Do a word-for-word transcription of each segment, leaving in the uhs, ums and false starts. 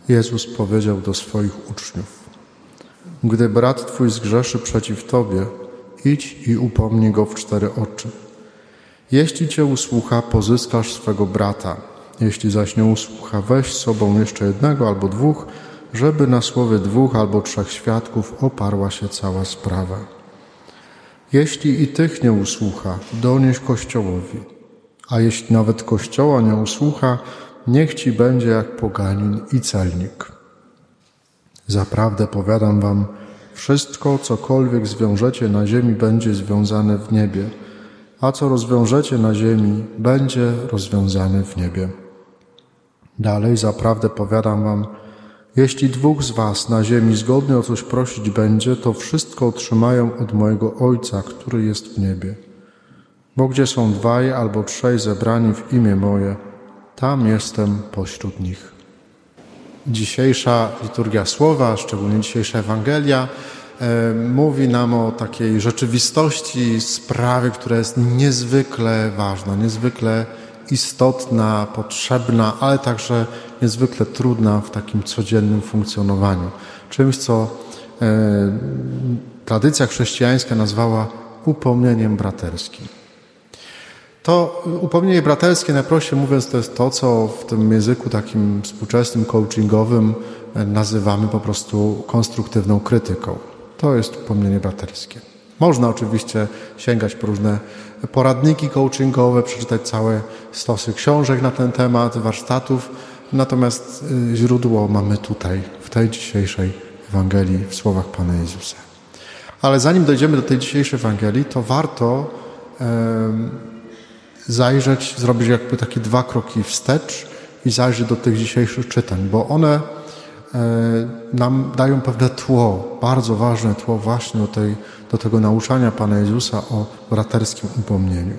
Jezus powiedział do swoich uczniów: gdy brat twój zgrzeszy przeciw tobie, idź i upomnij go w cztery oczy. Jeśli cię usłucha, pozyskasz swego brata. Jeśli zaś nie usłucha, weź z sobą jeszcze jednego albo dwóch, żeby na słowie dwóch albo trzech świadków oparła się cała sprawa. Jeśli i tych nie usłucha, donieś Kościołowi. A jeśli nawet Kościoła nie usłucha, niech ci będzie jak poganin i celnik. Zaprawdę powiadam wam, wszystko, cokolwiek zwiążecie na ziemi, będzie związane w niebie, a co rozwiążecie na ziemi, będzie rozwiązane w niebie. Dalej, zaprawdę powiadam wam, jeśli dwóch z was na ziemi zgodnie o coś prosić będzie, to wszystko otrzymają od mojego Ojca, który jest w niebie. Bo gdzie są dwaj albo trzej zebrani w imię moje, tam jestem pośród nich. Dzisiejsza liturgia słowa, szczególnie dzisiejsza Ewangelia, e, mówi nam o takiej rzeczywistości, sprawie, która jest niezwykle ważna, niezwykle istotna, potrzebna, ale także niezwykle trudna w takim codziennym funkcjonowaniu. Czymś, co e, tradycja chrześcijańska nazwała upomnieniem braterskim. To upomnienie braterskie, najprościej mówiąc, to jest to, co w tym języku takim współczesnym, coachingowym nazywamy po prostu konstruktywną krytyką. To jest upomnienie braterskie. Można oczywiście sięgać po różne poradniki coachingowe, przeczytać całe stosy książek na ten temat, warsztatów, natomiast źródło mamy tutaj, w tej dzisiejszej Ewangelii, w słowach Pana Jezusa. Ale zanim dojdziemy do tej dzisiejszej Ewangelii, to warto e, zajrzeć, zrobić jakby takie dwa kroki wstecz i zajrzeć do tych dzisiejszych czytań, bo one e, nam dają pewne tło, bardzo ważne tło właśnie do, tej, do tego nauczania Pana Jezusa o braterskim upomnieniu.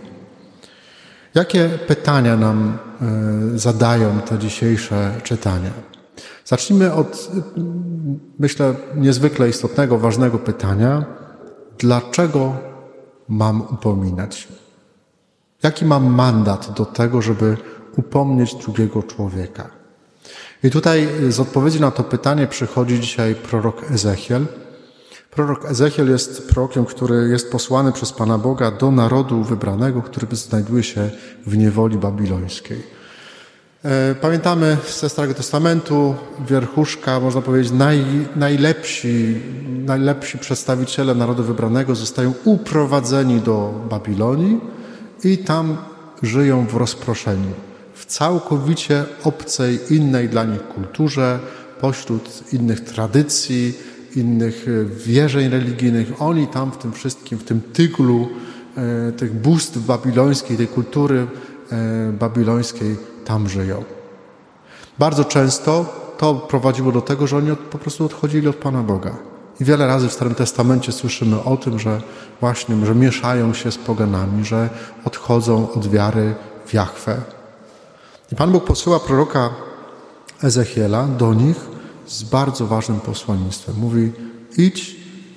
Jakie pytania nam e, zadają te dzisiejsze czytania? Zacznijmy od, myślę, niezwykle istotnego, ważnego pytania. Dlaczego mam upominać? Jaki mam mandat do tego, żeby upomnieć drugiego człowieka? I tutaj z odpowiedzi na to pytanie przychodzi dzisiaj prorok Ezechiel. Prorok Ezechiel jest prorokiem, który jest posłany przez Pana Boga do narodu wybranego, który znajduje się w niewoli babilońskiej. Pamiętamy ze Starego Testamentu, wierchuszka, można powiedzieć, naj, najlepsi, najlepsi przedstawiciele narodu wybranego zostają uprowadzeni do Babilonii i tam żyją w rozproszeniu, w całkowicie obcej, innej dla nich kulturze, pośród innych tradycji, innych wierzeń religijnych. Oni tam w tym wszystkim, w tym tyglu e, tych bóstw babilońskich, tej kultury e, babilońskiej tam żyją. Bardzo często to prowadziło do tego, że oni od, po prostu odchodzili od Pana Boga. I wiele razy w Starym Testamencie słyszymy o tym, że właśnie, że mieszają się z poganami, że odchodzą od wiary w Jahwe. I Pan Bóg posyła proroka Ezechiela do nich z bardzo ważnym posłannictwem. Mówi: idź,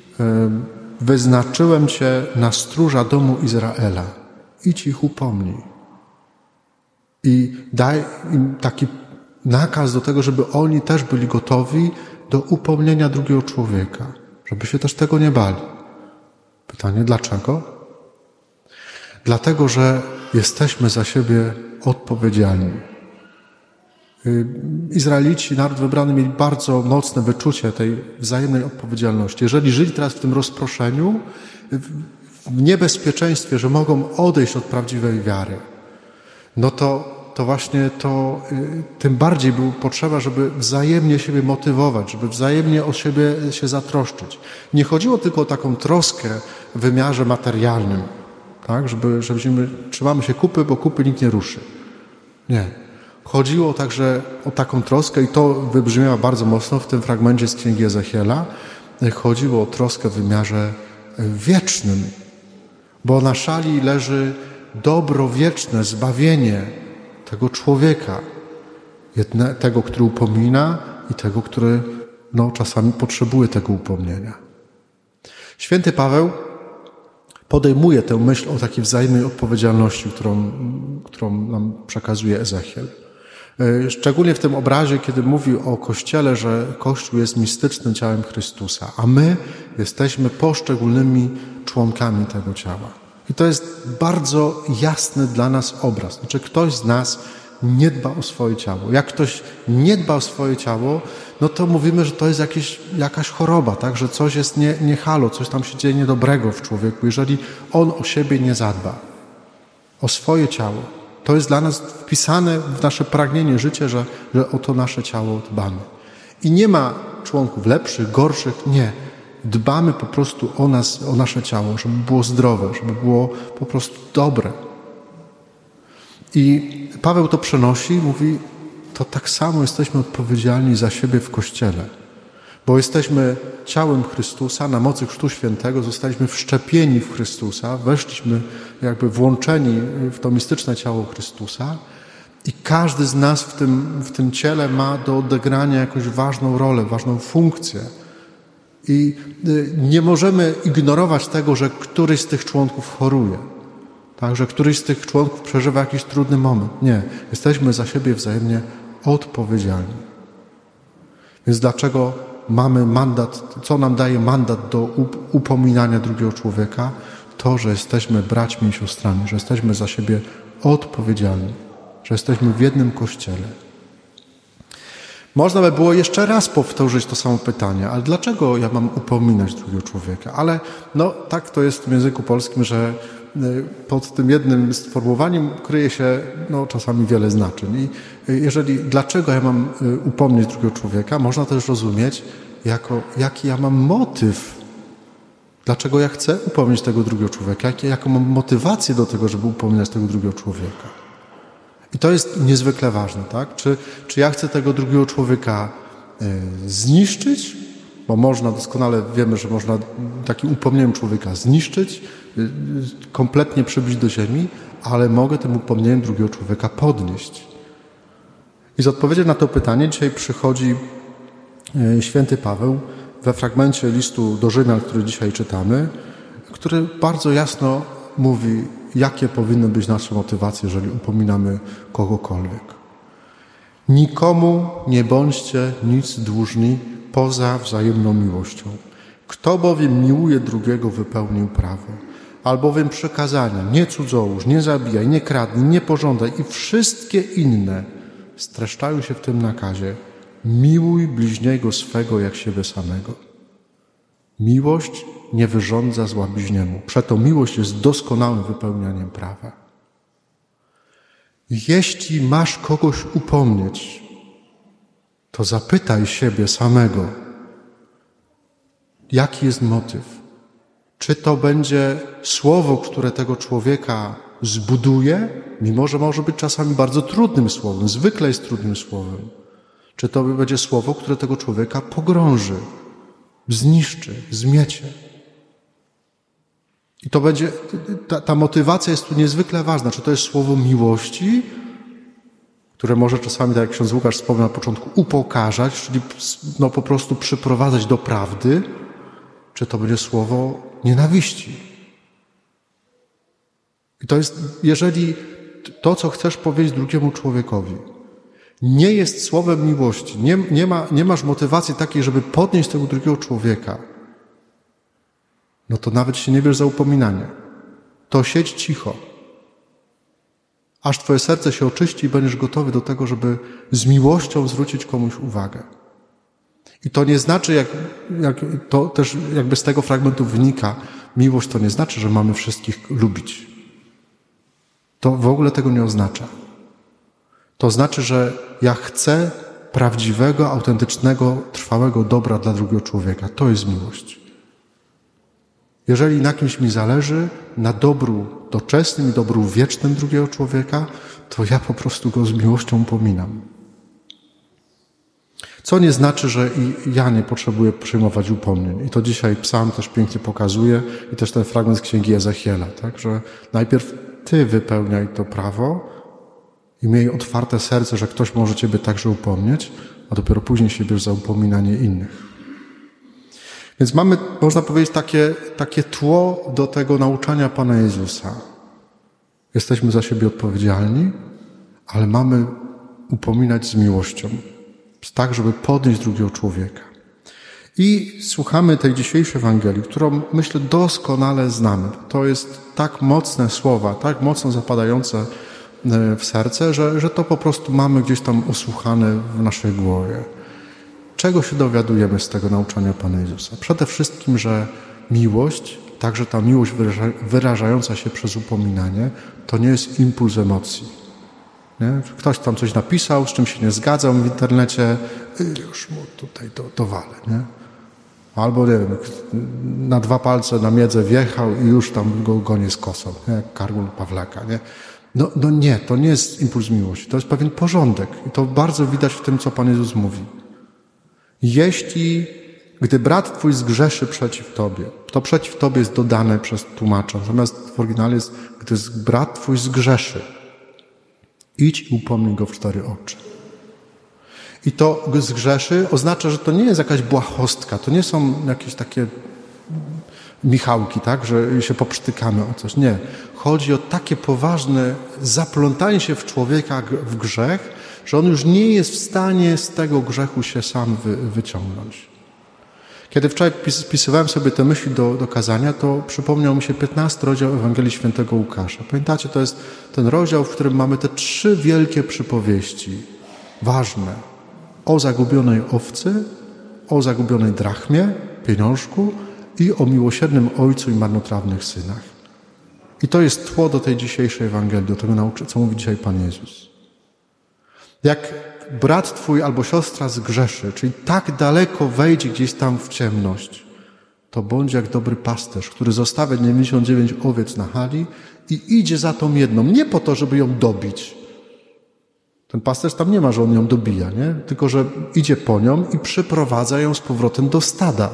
wyznaczyłem cię na stróża domu Izraela. Idź ich upomnij. I daj im taki nakaz do tego, żeby oni też byli gotowi do upomnienia drugiego człowieka, żeby się też tego nie bali. Pytanie, dlaczego? Dlatego, że jesteśmy za siebie odpowiedzialni. Izraelici, naród wybrany, mieli bardzo mocne wyczucie tej wzajemnej odpowiedzialności. Jeżeli żyli teraz w tym rozproszeniu, w niebezpieczeństwie, że mogą odejść od prawdziwej wiary, no to to właśnie to y, tym bardziej była potrzeba, żeby wzajemnie siebie motywować, żeby wzajemnie o siebie się zatroszczyć. Nie chodziło tylko o taką troskę w wymiarze materialnym, tak, żeby, żebyśmy trzymamy się kupy, bo kupy nikt nie ruszy. Nie. Chodziło także o taką troskę i to wybrzmiało bardzo mocno w tym fragmencie z Księgi Ezechiela. Chodziło o troskę w wymiarze wiecznym, bo na szali leży dobro wieczne, zbawienie tego człowieka, jedne, tego, który upomina i tego, który no, czasami potrzebuje tego upomnienia. Święty Paweł podejmuje tę myśl o takiej wzajemnej odpowiedzialności, którą, którą nam przekazuje Ezechiel. Szczególnie w tym obrazie, kiedy mówi o Kościele, że Kościół jest mistycznym ciałem Chrystusa, a my jesteśmy poszczególnymi członkami tego ciała. I to jest bardzo jasny dla nas obraz. Znaczy ktoś z nas nie dba o swoje ciało. Jak ktoś nie dba o swoje ciało, no to mówimy, że to jest jakieś, jakaś choroba, tak? Że coś jest nie, nie halo, coś tam się dzieje niedobrego w człowieku, jeżeli on o siebie nie zadba, o swoje ciało. To jest dla nas wpisane w nasze pragnienie życia, że, że o to nasze ciało dbamy. I nie ma członków lepszych, gorszych, nie. Dbamy po prostu o nas, o nasze ciało, żeby było zdrowe, żeby było po prostu dobre. I Paweł to przenosi, mówi, to tak samo jesteśmy odpowiedzialni za siebie w Kościele. Bo jesteśmy ciałem Chrystusa, na mocy Chrztu Świętego zostaliśmy wszczepieni w Chrystusa, weszliśmy jakby włączeni w to mistyczne ciało Chrystusa i każdy z nas w tym, w tym ciele ma do odegrania jakąś ważną rolę, ważną funkcję. I nie możemy ignorować tego, że któryś z tych członków choruje. Tak, że któryś z tych członków przeżywa jakiś trudny moment. Nie, jesteśmy za siebie wzajemnie odpowiedzialni. Więc dlaczego mamy mandat, co nam daje mandat do upominania drugiego człowieka? To, że jesteśmy braćmi i siostrami, że jesteśmy za siebie odpowiedzialni, że jesteśmy w jednym Kościele. Można by było jeszcze raz powtórzyć to samo pytanie, ale dlaczego ja mam upominać drugiego człowieka? Ale no tak to jest w języku polskim, że pod tym jednym sformułowaniem kryje się no, czasami wiele znaczeń. I jeżeli dlaczego ja mam upomnieć drugiego człowieka, można też rozumieć, jako, jaki ja mam motyw, dlaczego ja chcę upomnieć tego drugiego człowieka, jak, jaką mam motywację do tego, żeby upominać tego drugiego człowieka. I to jest niezwykle ważne, tak? Czy, czy ja chcę tego drugiego człowieka y, zniszczyć? Bo można, doskonale wiemy, że można takim upomnieniem człowieka zniszczyć, y, kompletnie przybić do ziemi, ale mogę tym upomnieniem drugiego człowieka podnieść. I z odpowiedzią na to pytanie dzisiaj przychodzi y, święty Paweł we fragmencie listu do Rzymian, który dzisiaj czytamy, który bardzo jasno mówi, jakie powinny być nasze motywacje, jeżeli upominamy kogokolwiek. Nikomu nie bądźcie nic dłużni poza wzajemną miłością. Kto bowiem miłuje drugiego, wypełnił prawo. Albowiem przykazania, nie cudzołóż, nie zabijaj, nie kradnij, nie pożądaj i wszystkie inne streszczają się w tym nakazie. Miłuj bliźniego swego jak siebie samego. Miłość nie wyrządza zła bliźniemu. Przeto miłość jest doskonałym wypełnianiem prawa. Jeśli masz kogoś upomnieć, to zapytaj siebie samego, jaki jest motyw. Czy to będzie słowo, które tego człowieka zbuduje, mimo że może być czasami bardzo trudnym słowem, zwykle jest trudnym słowem. Czy to będzie słowo, które tego człowieka pogrąży, zniszczy, zmiecie. I to będzie, ta, ta motywacja jest tu niezwykle ważna. Czy to jest słowo miłości, które może czasami, tak jak ksiądz Łukasz wspomniał na początku, upokarzać, czyli no, po prostu przyprowadzać do prawdy, czy to będzie słowo nienawiści. I to jest, jeżeli to, co chcesz powiedzieć drugiemu człowiekowi, nie jest słowem miłości, nie, nie, ma, nie masz motywacji takiej, żeby podnieść tego drugiego człowieka, no to nawet się nie bierz za upominanie. To siedź cicho, aż twoje serce się oczyści i będziesz gotowy do tego, żeby z miłością zwrócić komuś uwagę. I to nie znaczy, jak, jak to też jakby z tego fragmentu wynika, miłość to nie znaczy, że mamy wszystkich lubić. To w ogóle tego nie oznacza. To znaczy, że ja chcę prawdziwego, autentycznego, trwałego dobra dla drugiego człowieka. To jest miłość. Jeżeli na kimś mi zależy, na dobru doczesnym i dobru wiecznym drugiego człowieka, to ja po prostu go z miłością upominam. Co nie znaczy, że i ja nie potrzebuję przyjmować upomnień. I to dzisiaj psalm też pięknie pokazuje i też ten fragment z księgi Ezechiela, tak? Że najpierw ty wypełniaj to prawo i miej otwarte serce, że ktoś może ciebie także upomnieć, a dopiero później się bierz za upominanie innych. Więc mamy, można powiedzieć, takie, takie tło do tego nauczania Pana Jezusa. Jesteśmy za siebie odpowiedzialni, ale mamy upominać z miłością, tak, żeby podnieść drugiego człowieka. I słuchamy tej dzisiejszej Ewangelii, którą, myślę, doskonale znamy. To jest tak mocne słowa, tak mocno zapadające w serce, że, że to po prostu mamy gdzieś tam usłuchane w naszej głowie. Czego się dowiadujemy z tego nauczania Pana Jezusa? Przede wszystkim, że miłość, także ta miłość wyraża, wyrażająca się przez upominanie, to nie jest impuls emocji. Nie? Ktoś tam coś napisał, z czym się nie zgadzał w internecie, już mu tutaj do, dowalę, nie? Albo, nie wiem, na dwa palce na miedzę wjechał i już tam go gonię z kosą, nie? Jak Kargul Pawlaka, nie? No, no nie, to nie jest impuls miłości, to jest pewien porządek. I to bardzo widać w tym, co Pan Jezus mówi. Jeśli, gdy brat twój zgrzeszy przeciw tobie, to przeciw tobie jest dodane przez tłumacza. Natomiast w oryginale jest, gdy brat twój zgrzeszy, idź i upomnij go w cztery oczy. I to zgrzeszy oznacza, że to nie jest jakaś błahostka, to nie są jakieś takie Michałki, tak, że się poprztykamy o coś. Nie. Chodzi o takie poważne zaplątanie się w człowieka w grzech, że on już nie jest w stanie z tego grzechu się sam wy, wyciągnąć. Kiedy wczoraj spisywałem sobie te myśli do, do kazania, to przypomniał mi się piętnasty rozdział Ewangelii Świętego Łukasza. Pamiętacie, to jest ten rozdział, w którym mamy te trzy wielkie przypowieści, ważne, o zagubionej owcy, o zagubionej drachmie, pieniążku i o miłosiernym ojcu i marnotrawnych synach. I to jest tło do tej dzisiejszej Ewangelii, do tego, co mówi dzisiaj Pan Jezus. Jak brat twój albo siostra zgrzeszy, czyli tak daleko wejdzie gdzieś tam w ciemność, to bądź jak dobry pasterz, który zostawia dziewięćdziesiąt dziewięć owiec na hali i idzie za tą jedną. Nie po to, żeby ją dobić. Ten pasterz tam nie ma, że on ją dobija, nie? Tylko że idzie po nią i przyprowadza ją z powrotem do stada.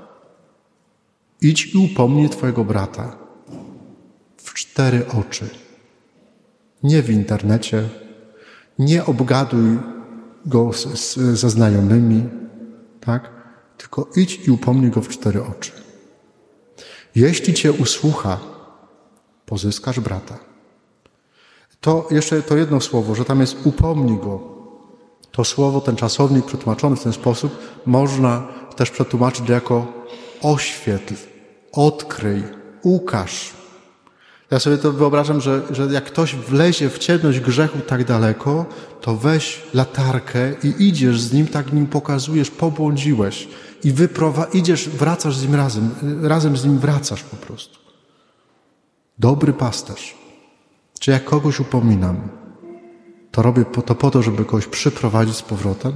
Idź i upomnij twojego brata w cztery oczy. Nie w internecie, nie obgaduj go z, z, ze znajomymi, tak? Tylko idź i upomnij go w cztery oczy. Jeśli cię usłucha, pozyskasz brata. To jeszcze to jedno słowo, że tam jest upomnij go. To słowo, ten czasownik przetłumaczony w ten sposób można też przetłumaczyć jako oświetl, odkryj, ukaż. Ja sobie to wyobrażam, że, że jak ktoś wlezie w ciemność grzechu tak daleko, to weź latarkę i idziesz z nim, tak nim pokazujesz, pobłądziłeś i wyprowa- idziesz, wracasz z nim razem, razem z nim wracasz po prostu. Dobry pasterz. Czy jak kogoś upominam, to robię po to po to, żeby kogoś przyprowadzić z powrotem?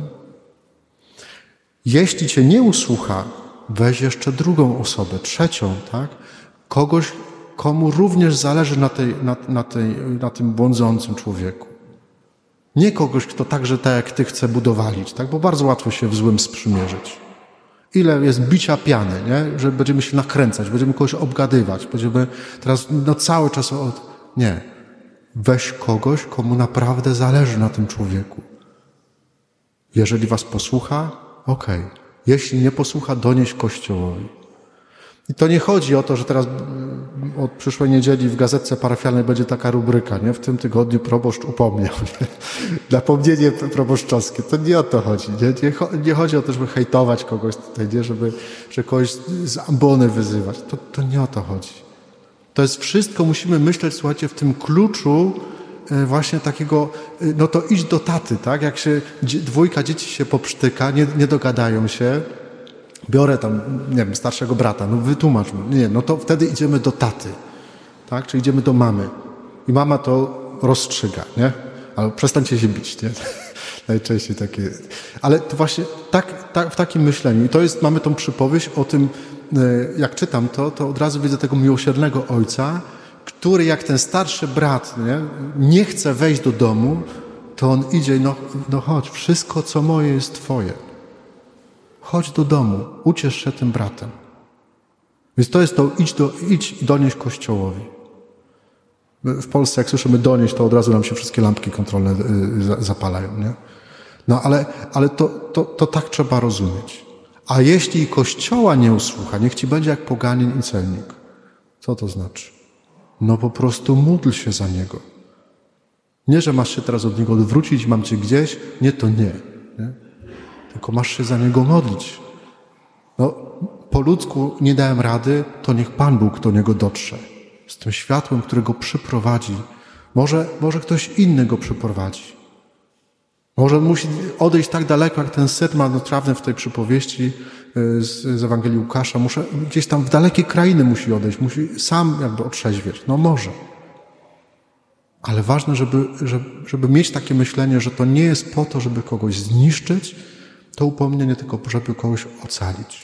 Jeśli cię nie usłucha, weź jeszcze drugą osobę, trzecią, tak? Kogoś, komu również zależy na, tej, na, na, tej, na tym błądzącym człowieku. Nie kogoś, kto także tak jak ty chce budowalić, tak? Bo bardzo łatwo się w złym sprzymierzyć. Ile jest bicia piany, nie? Że będziemy się nakręcać, będziemy kogoś obgadywać, będziemy teraz no, cały czas od... Nie. Weź kogoś, komu naprawdę zależy na tym człowieku. Jeżeli was posłucha, okej. Okay. Jeśli nie posłucha, donieś Kościołowi. I to nie chodzi o to, że teraz od przyszłej niedzieli w gazetce parafialnej będzie taka rubryka, nie? W tym tygodniu proboszcz upomniał. Napomnienie proboszczowskie. To nie o to chodzi. Nie, nie, nie chodzi o to, żeby hejtować kogoś tutaj, nie? Żeby, żeby kogoś z ambony wyzywać. To, to nie o to chodzi. To jest wszystko, musimy myśleć, słuchajcie, w tym kluczu właśnie takiego, no to idź do taty, tak? Jak się dwójka dzieci się poprztyka, nie, nie dogadają się, biorę tam, nie wiem, starszego brata, no wytłumacz mu. Nie, no to wtedy idziemy do taty, tak? Czy idziemy do mamy. I mama to rozstrzyga, nie? Ale przestańcie się bić, nie? Najczęściej takie. Ale to właśnie tak, tak, w takim myśleniu. I to jest, mamy tą przypowieść o tym, jak czytam to, to od razu widzę tego miłosiernego ojca, który jak ten starszy brat nie, nie chce wejść do domu, to on idzie, no, no chodź, wszystko co moje jest twoje. Chodź do domu, uciesz się tym bratem. Więc to jest to, idź, do, idź i donieś Kościołowi. W Polsce jak słyszymy donieść, to od razu nam się wszystkie lampki kontrolne zapalają, nie? No ale, ale to, to, to tak trzeba rozumieć. A jeśli Kościoła nie usłucha, niech ci będzie jak poganin i celnik. Co to znaczy? No po prostu módl się za niego. Nie, że masz się teraz od Niego odwrócić, mam Cię gdzieś. Nie, to nie. nie? Tylko masz się za Niego modlić. No, po ludzku nie dałem rady, to niech Pan Bóg do Niego dotrze. Z tym światłem, które Go przyprowadzi. Może, może ktoś inny Go przyprowadzi. Może musi odejść tak daleko, jak ten set marnotrawny w tej przypowieści z, z Ewangelii Łukasza. Muszę, gdzieś tam w dalekie krainy musi odejść. Musi sam jakby otrzeźwieć. No może. Ale ważne, żeby, żeby, żeby mieć takie myślenie, że to nie jest po to, żeby kogoś zniszczyć, to upomnienie, tylko żeby kogoś ocalić.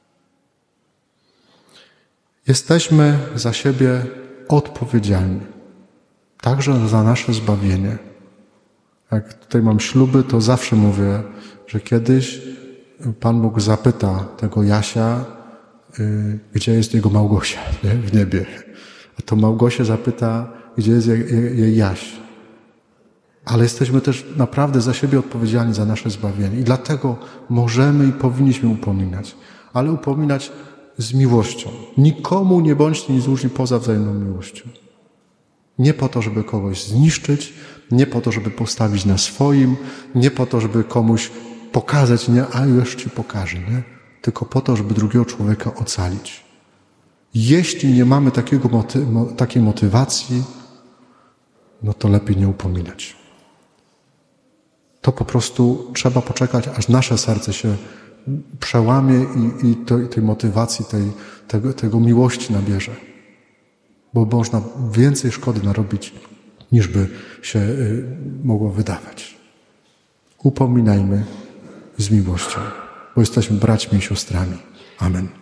Jesteśmy za siebie odpowiedzialni. Także za nasze zbawienie. Jak tutaj mam śluby, to zawsze mówię, że kiedyś Pan Bóg zapyta tego Jasia, yy, gdzie jest jego Małgosia, nie? W niebie. A to Małgosia zapyta, gdzie jest jej, jej Jaś. Ale jesteśmy też naprawdę za siebie odpowiedzialni za nasze zbawienie. I dlatego możemy i powinniśmy upominać. Ale upominać z miłością. Nikomu nie bądźcie niezłużni poza wzajemną miłością. Nie po to, żeby kogoś zniszczyć, nie po to, żeby postawić na swoim, nie po to, żeby komuś pokazać, nie, a już Ci pokażę, nie? Tylko po to, żeby drugiego człowieka ocalić. Jeśli nie mamy takiego moty- mo- takiej motywacji, no to lepiej nie upominać. To po prostu trzeba poczekać, aż nasze serce się przełamie i, i, to, i tej motywacji, tej, tego, tego miłości nabierze. Bo można więcej szkody narobić, niż by się y, mogło wydawać. Upominajmy z miłością, bo jesteśmy braćmi i siostrami. Amen.